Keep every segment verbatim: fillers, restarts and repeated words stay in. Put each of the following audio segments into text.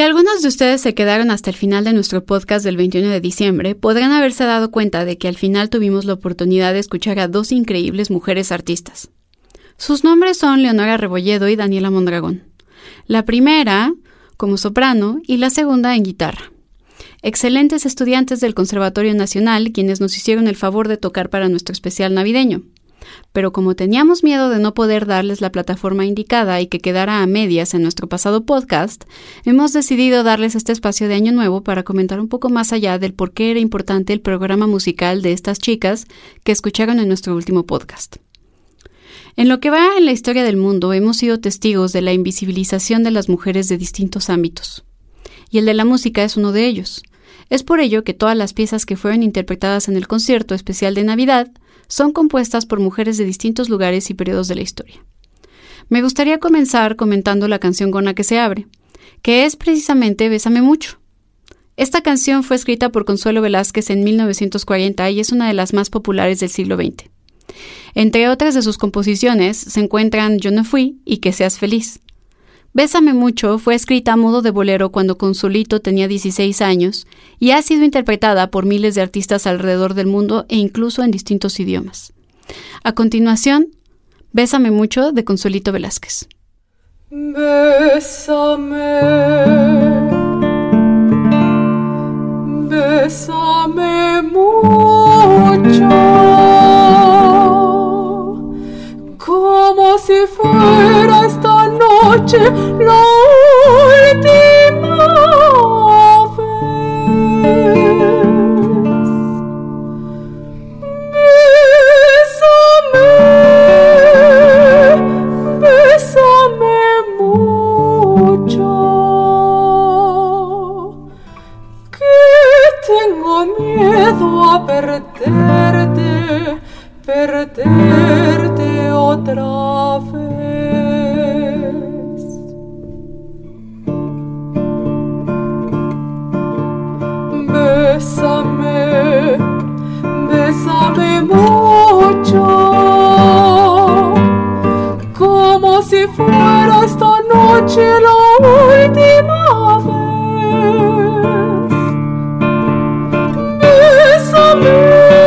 algunos de ustedes se quedaron hasta el final de nuestro podcast del veintiuno de diciembre, podrán haberse dado cuenta de que al final tuvimos la oportunidad de escuchar a dos increíbles mujeres artistas. Sus nombres son Leonora Rebolledo y Daniela Mondragón. La primera como soprano y la segunda en guitarra. Excelentes estudiantes del Conservatorio Nacional, quienes nos hicieron el favor de tocar para nuestro especial navideño. Pero como teníamos miedo de no poder darles la plataforma indicada y que quedara a medias en nuestro pasado podcast, hemos decidido darles este espacio de Año Nuevo para comentar un poco más allá del por qué era importante el programa musical de estas chicas que escucharon en nuestro último podcast. En lo que va en la historia del mundo, hemos sido testigos de la invisibilización de las mujeres de distintos ámbitos. Y el de la música es uno de ellos. Es por ello que todas las piezas que fueron interpretadas en el concierto especial de Navidad son compuestas por mujeres de distintos lugares y periodos de la historia. Me gustaría comenzar comentando la canción con la que se abre, que es precisamente Bésame Mucho. Esta canción fue escrita por Consuelo Velázquez en mil novecientos cuarenta y es una de las más populares del siglo veinte. Entre otras de sus composiciones se encuentran Yo no fui y Que seas feliz. Bésame Mucho fue escrita a modo de bolero cuando Consuelito tenía dieciséis años y ha sido interpretada por miles de artistas alrededor del mundo e incluso en distintos idiomas. A continuación, Bésame Mucho de Consuelito Velázquez. Bésame, bésame mucho, como si fuera esta noche la última vez. Bésame, bésame mucho, que tengo miedo a perderte, perderte otra vez. Bésame, bésame mucho, como si fuera esta noche la última vez. Bésame,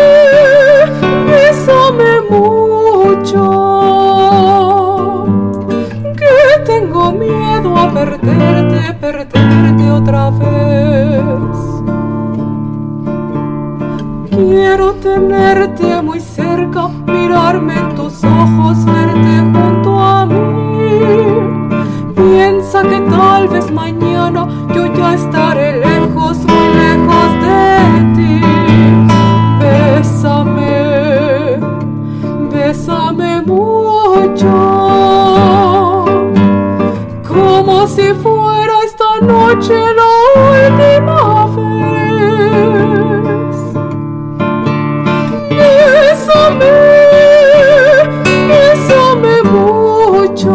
bésame mucho, que tengo miedo a perderte, perderte otra vez. Quiero tenerte muy cerca, mirarme en tus ojos, verte junto a mí. Piensa que tal vez mañana yo ya estaré lejos, muy lejos de ti. Bésame, bésame mucho, como si fuera esta noche la última vez. Bésame, bésame mucho,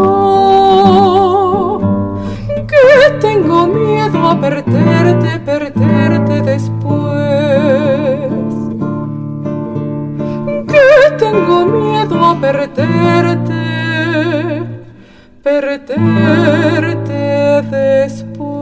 que tengo miedo a perderte, perderte después. Que tengo miedo a perderte, perderte después.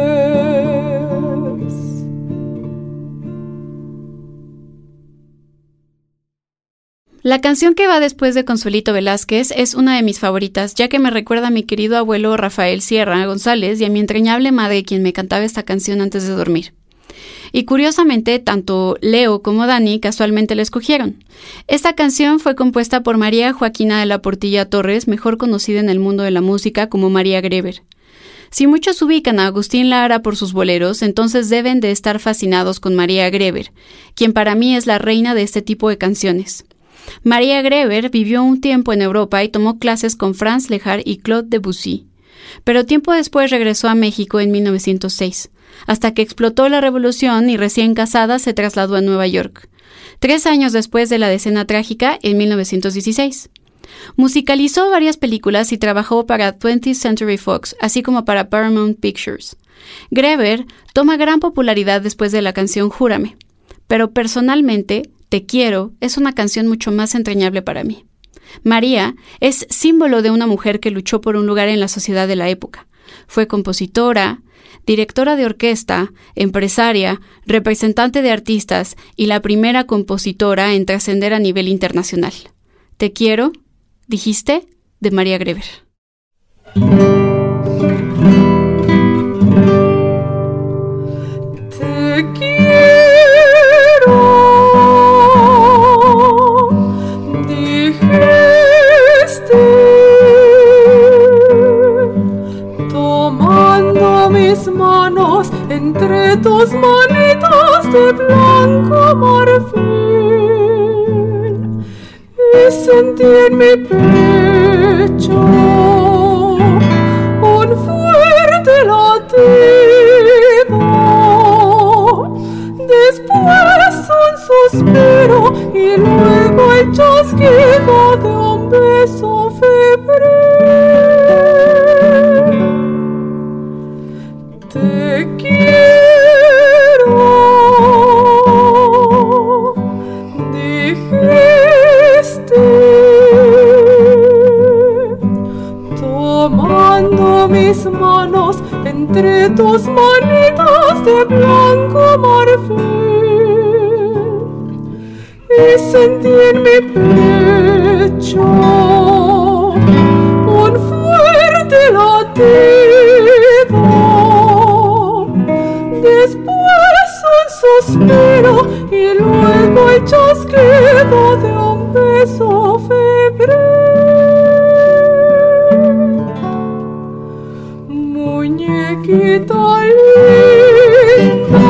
La canción que va después de Consuelito Velázquez es una de mis favoritas, ya que me recuerda a mi querido abuelo Rafael Sierra González y a mi entrañable madre, quien me cantaba esta canción antes de dormir. Y curiosamente, tanto Leo como Dani casualmente la escogieron. Esta canción fue compuesta por María Joaquina de la Portilla Torres, mejor conocida en el mundo de la música como María Greber. Si muchos ubican a Agustín Lara por sus boleros, entonces deben de estar fascinados con María Greber, quien para mí es la reina de este tipo de canciones. María Greber vivió un tiempo en Europa y tomó clases con Franz Lehár y Claude Debussy, pero tiempo después regresó a México en mil novecientos seis, hasta que explotó la revolución y recién casada se trasladó a Nueva York, tres años después de la Decena Trágica en mil novecientos dieciséis. Musicalizó varias películas y trabajó para twentieth Century Fox, así como para Paramount Pictures. Greber toma gran popularidad después de la canción Júrame, pero personalmente Te quiero es una canción mucho más entrañable para mí. María es símbolo de una mujer que luchó por un lugar en la sociedad de la época, Fue compositora, directora de orquesta, empresaria, representante de artistas y la primera compositora en trascender a nivel internacional. Te quiero, dijiste, de María Greber. Te quiero, dijiste, tomando mis manos entre tus manitas de blanco marfil, y sentí en mi pecho un fuerte latido, después un suspiro y luego el chasquido de un beso febril. Te quiero, dijiste, tomando mis manos entre tus manitas de blanco marfil, y sentí en mi pecho un fuerte latido, después un suspiro y luego el chasquido de un beso febril. Muñequita linda,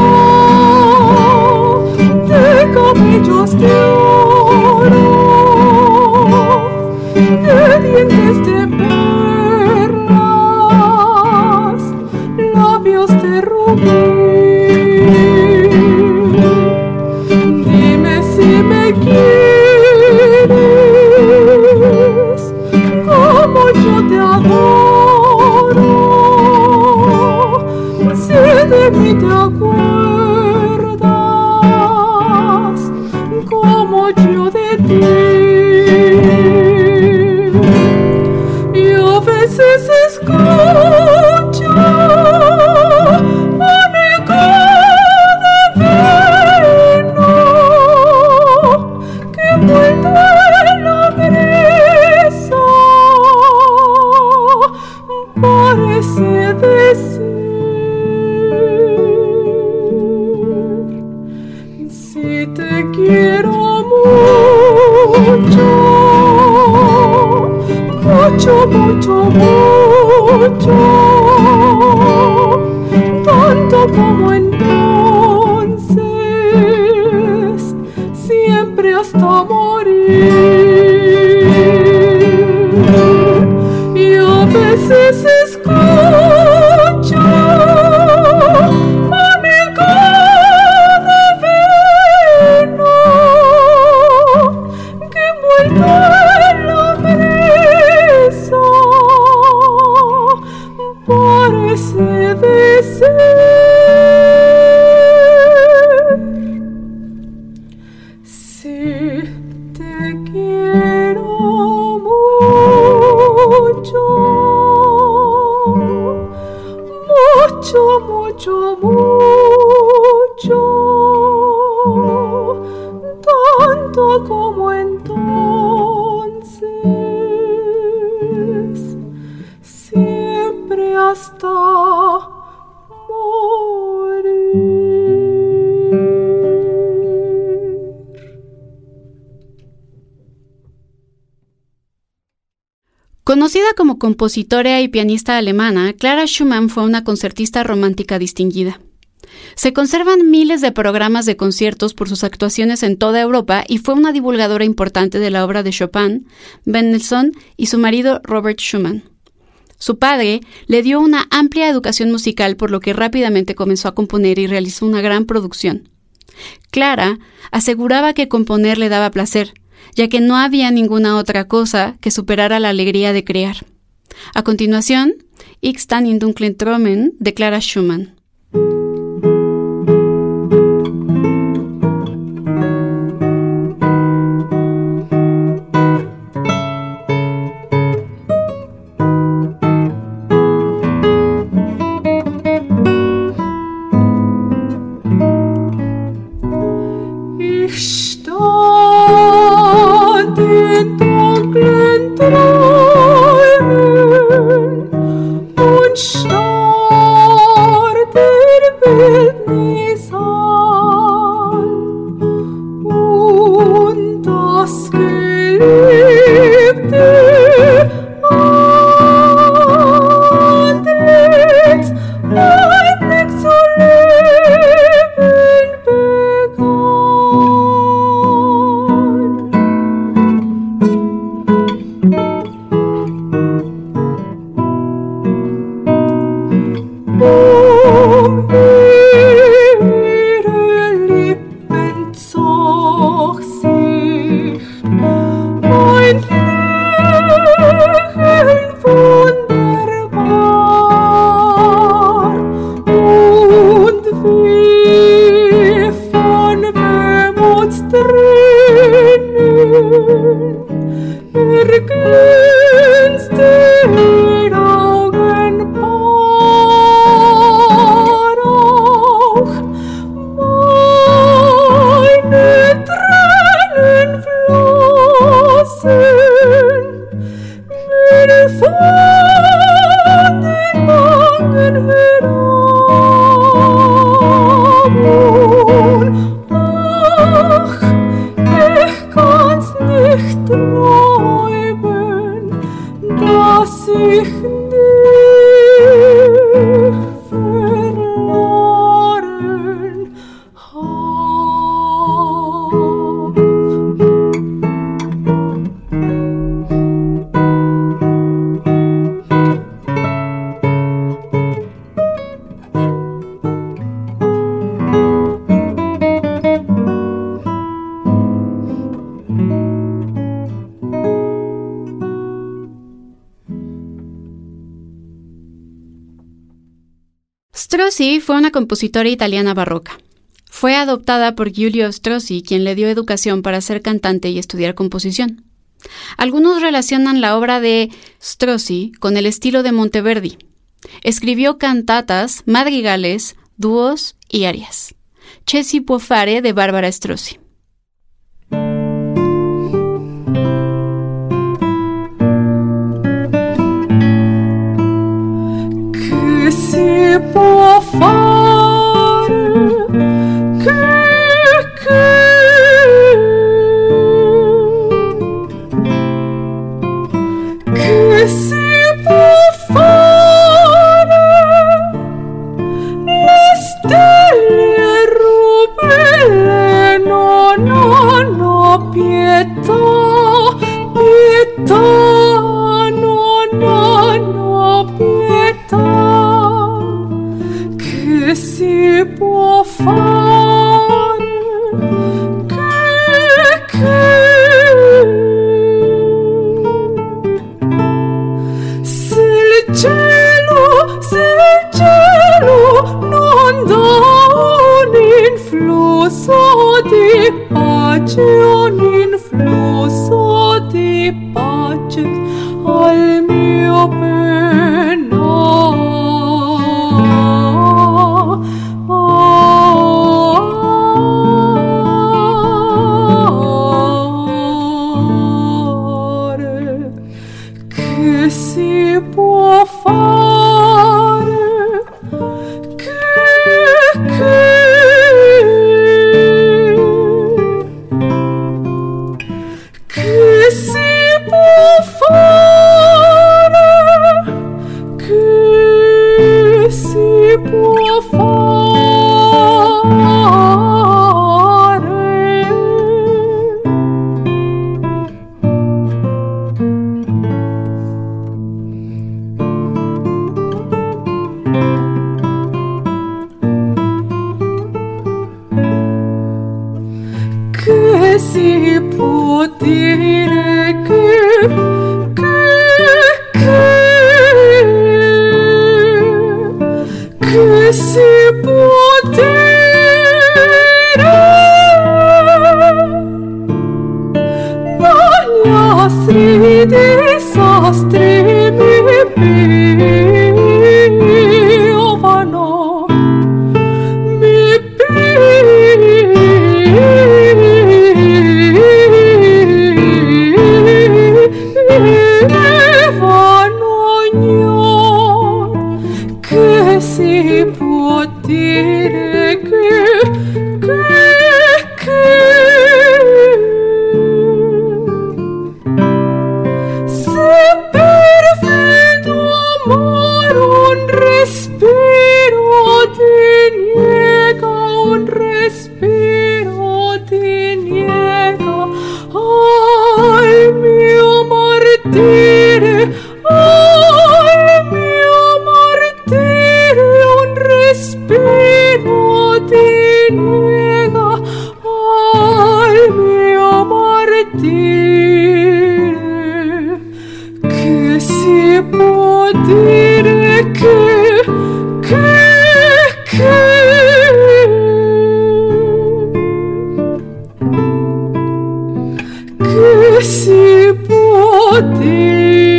de cabellos de oro, de dientes de perlas, labios de rubí. Dime si me quieres como yo te adoro, si de mí te acuerdas como yo de ti. Y a veces escucho amigo de verano que vuelve la brisa, parece decir: si te quiero mucho, mucho, mucho, mucho, tanto como entonces, siempre hasta morir. Y a veces escucho amigo de verano que envuelto en la brisa parece decir: si te quiero mucho, mucho, mucho, mucho, tanto como entonces, siempre hasta morir. Conocida como compositora y pianista alemana, Clara Schumann fue una concertista romántica distinguida. Se conservan miles de programas de conciertos por sus actuaciones en toda Europa y fue una divulgadora importante de la obra de Chopin, Mendelssohn y su marido Robert Schumann. Su padre le dio una amplia educación musical, por lo que rápidamente comenzó a componer y realizó una gran producción. Clara aseguraba que componer le daba placer, ya que no había ninguna otra cosa que superara la alegría de crear. A continuación, Ich stand in dunklen Träumen de Clara Schumann. Strozzi fue una compositora italiana barroca. Fue adoptada por Giulio Strozzi, quien le dio educación para ser cantante y estudiar composición. Algunos relacionan la obra de Strozzi con el estilo de Monteverdi. Escribió cantatas, madrigales, dúos y arias. Che si può fare de Barbara Strozzi. Che si può fare, che, che, che si può fare, le stelle rubelle, no, no, no, pietà, pietà, no, no, no, pietà, che si può fare, che, che, se il cielo, se il cielo non dà un influsso di pace, un influsso di pace al mio penare. Che si può fare, che, che, che si può fare, che si può fare. Che si può dire che, che, che, che si può dire, ma gli astri disastri mi piovano, mi piovano ognor, che si può dire che, che, che, se perfido amor un respiro ti niega, un respiro ti niega, al mio martire, al mio martire un respiro ti niega, al mio martire, che si può dire che, che, che, che si può dire.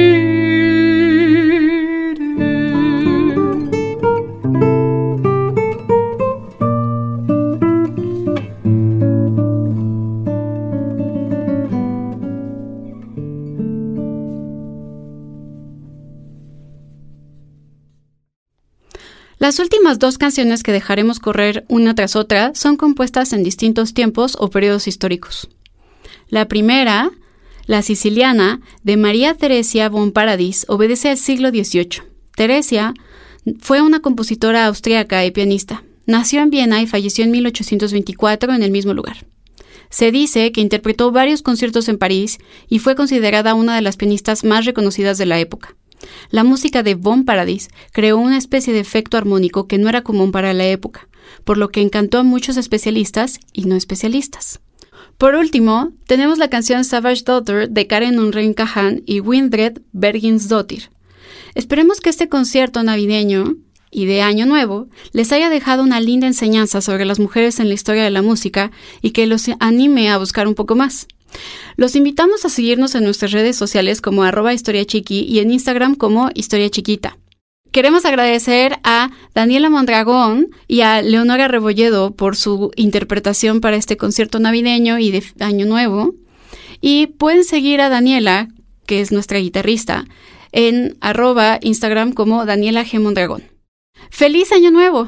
Las últimas dos canciones que dejaremos correr una tras otra son compuestas en distintos tiempos o periodos históricos. La primera, La Siciliana, de María Theresia von Paradis, obedece al siglo dieciocho. Theresia fue una compositora austríaca y pianista. Nació en Viena y falleció en mil ochocientos veinticuatro en el mismo lugar. Se dice que interpretó varios conciertos en París y fue considerada una de las pianistas más reconocidas de la época. La música de von Paradis creó una especie de efecto armónico que no era común para la época, por lo que encantó a muchos especialistas y no especialistas. Por último, tenemos la canción Savage Daughter de Karen Unrein Kahan y Windred Berginsdóttir. Esperemos que este concierto navideño y de Año Nuevo les haya dejado una linda enseñanza sobre las mujeres en la historia de la música y que los anime a buscar un poco más. Los invitamos a seguirnos en nuestras redes sociales como arroba historiachiqui y en Instagram como historiachiquita. Queremos agradecer a Daniela Mondragón y a Leonora Rebolledo por su interpretación para este concierto navideño y de Año Nuevo. Y pueden seguir a Daniela, que es nuestra guitarrista, en arroba Instagram como Daniela G. Mondragón. ¡Feliz Año Nuevo!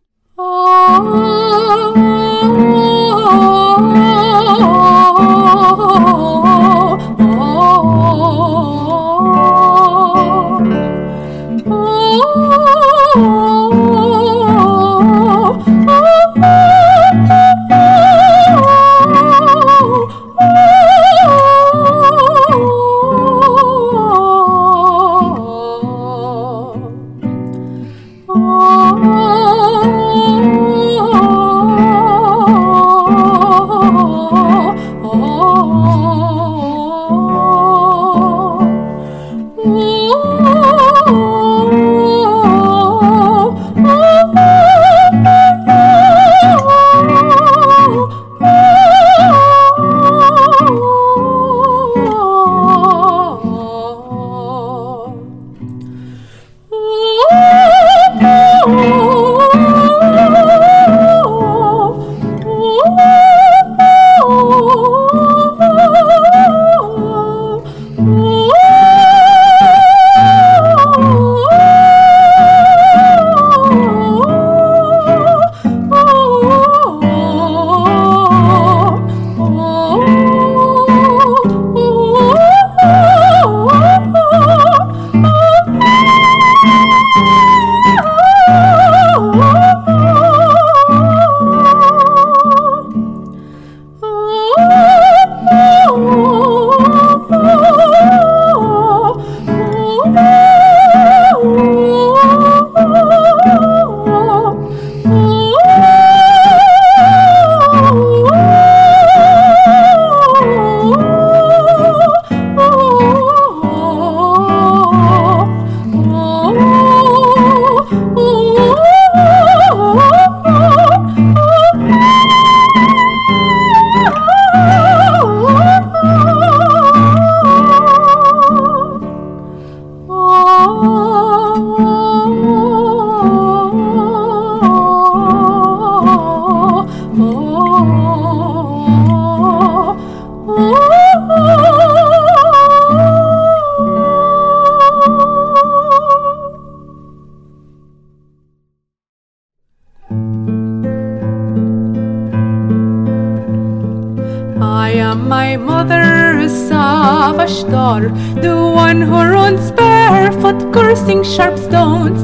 My mother's savage daughter, the one who runs barefoot, cursing sharp stones.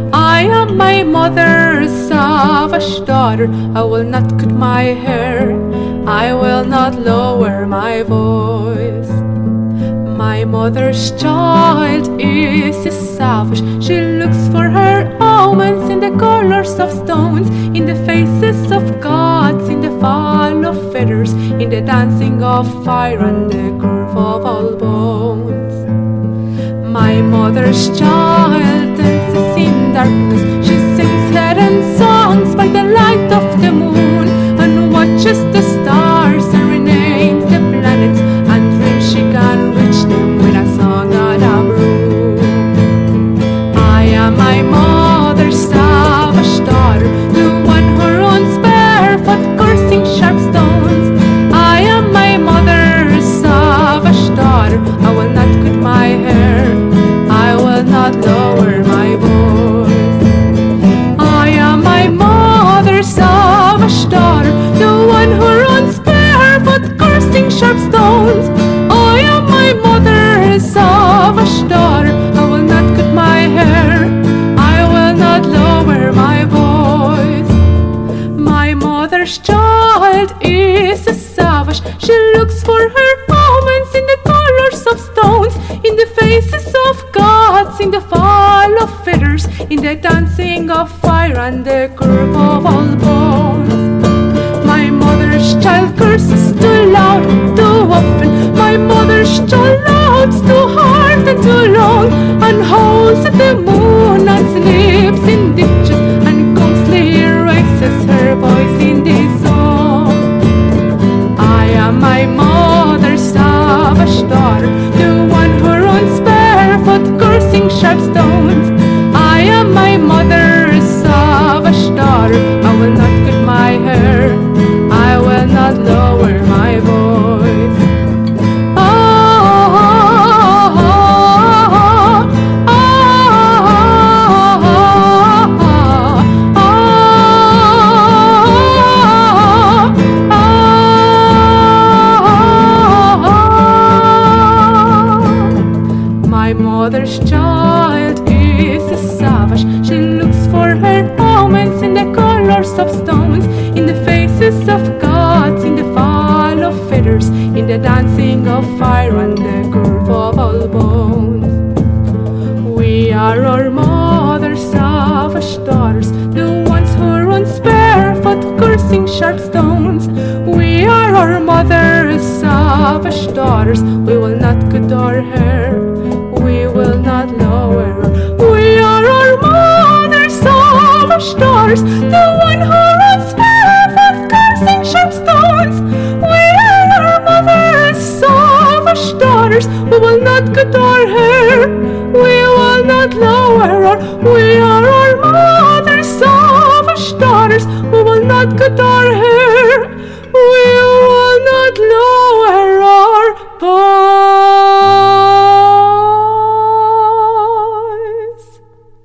I am my mother's savage daughter. I will not cut my hair, I will not lower my voice. My mother's child is a savage. She looks for her omens in the colors of stones, in the faces of gods, in the fall of feathers, in the dancing of fire and the curve of all bones. My mother's child dances in darkness. She sings hidden songs by the light of the moon, and watches the stars and renames the planets, and dreams she can reach them with a song and a broom. I am my mother's savage daughter, the one who runs barefoot, cursing sharp stones. I am my mother's savage daughter. I will not cut my hair, I will not lower my voice. I am my mother's savage daughter, the one who runs barefoot, cursing sharp stones. I am my mother's savage daughter. I will not cut my hair, I will not lower my voice. My mother's child is a savage. She looks for her omens in the colors of stones, in the faces of gods, in the fall of feathers, in the dancing of fire and the curve of all bones. My mother's child curses too loud, too often. My mother's child louds too hard and too long, and howls at the moon and sleeps in ditches and constantly raises her voice in this song. I am my mother's savage daughter, the one who runs barefoot, cursing sharp stones. I am my mother's savage daughter. I will not cut my hair, I will not lower my voice. Oh, oh, oh, oh, oh, oh. My mother's child is a savage. She looks for her omens in the colors of stones, in the faces of gods, in the fall of feathers, in the dancing of fire and the curve of all bones. We are our mother's savage daughters, the ones who run barefoot, cursing sharp stones. We are our mother's savage daughters. We will not cut our hair, we will not lower. We are our mother's savage daughters, the one who runs barefoot, cursing sharp stones. We are our mother's savage daughters. We will not cut our hair, we will not lower our. We are our mother's savage daughters. We will not cut our hair, we will not lower our voice.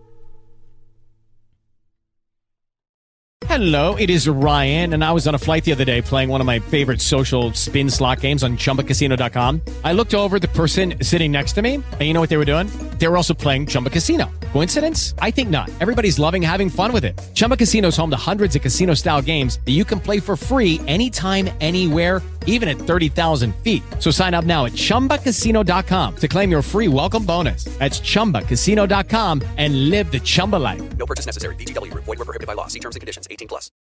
Hello, it is Ryan, and I was on a flight the other day playing one of my favorite social spin slot games on Chumba Casino dot com. I looked over at the person sitting next to me, and you know what they were doing? They were also playing Chumba Casino. Coincidence? I think not. Everybody's loving having fun with it. Chumba Casino is home to hundreds of casino-style games that you can play for free anytime, anywhere, even at thirty thousand feet. So sign up now at Chumba Casino dot com to claim your free welcome bonus. That's Chumba Casino dot com and live the Chumba life. No purchase necessary. V G W. Void where prohibited by law. See terms and conditions. eighteen plus.